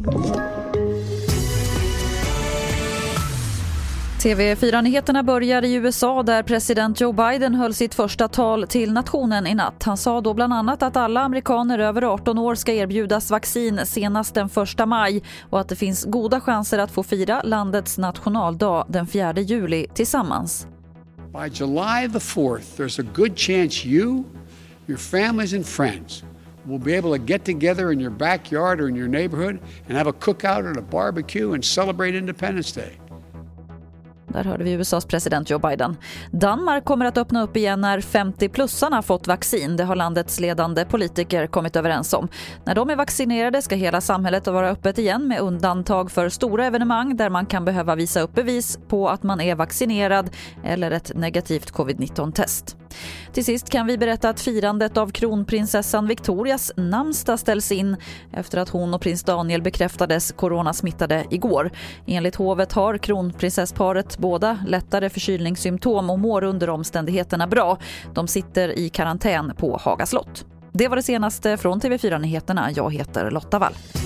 TV4-nyheterna börjar i USA där president Joe Biden höll sitt första tal till nationen i natt. Han sa då bland annat att alla amerikaner över 18 år ska erbjudas vaccin senast den 1 maj och att det finns goda chanser att få fira landets nationaldag den 4 juli tillsammans. By July the 4th, there's a good chance you, your families and friends will be able to get together in your backyard or in your neighborhood and have a cookout or a barbecue and celebrate Independence Day. Där hörde vi USAs president Joe Biden. Danmark kommer att öppna upp igen när 50-plussarna fått vaccin. Det har landets ledande politiker kommit överens om. När de är vaccinerade ska hela samhället vara öppet igen med undantag för stora evenemang där man kan behöva visa upp bevis på att man är vaccinerad eller ett negativt covid-19-test. Till sist kan vi berätta att firandet av kronprinsessan Victorias namnsdag ställs in efter att hon och prins Daniel bekräftades coronasmittade igår. Enligt hovet har kronprinsessparet båda lättare förkylningssymptom och mår under omständigheterna bra. De sitter i karantän på Haga slott. Det var det senaste från TV4-nyheterna. Jag heter Lotta Wall.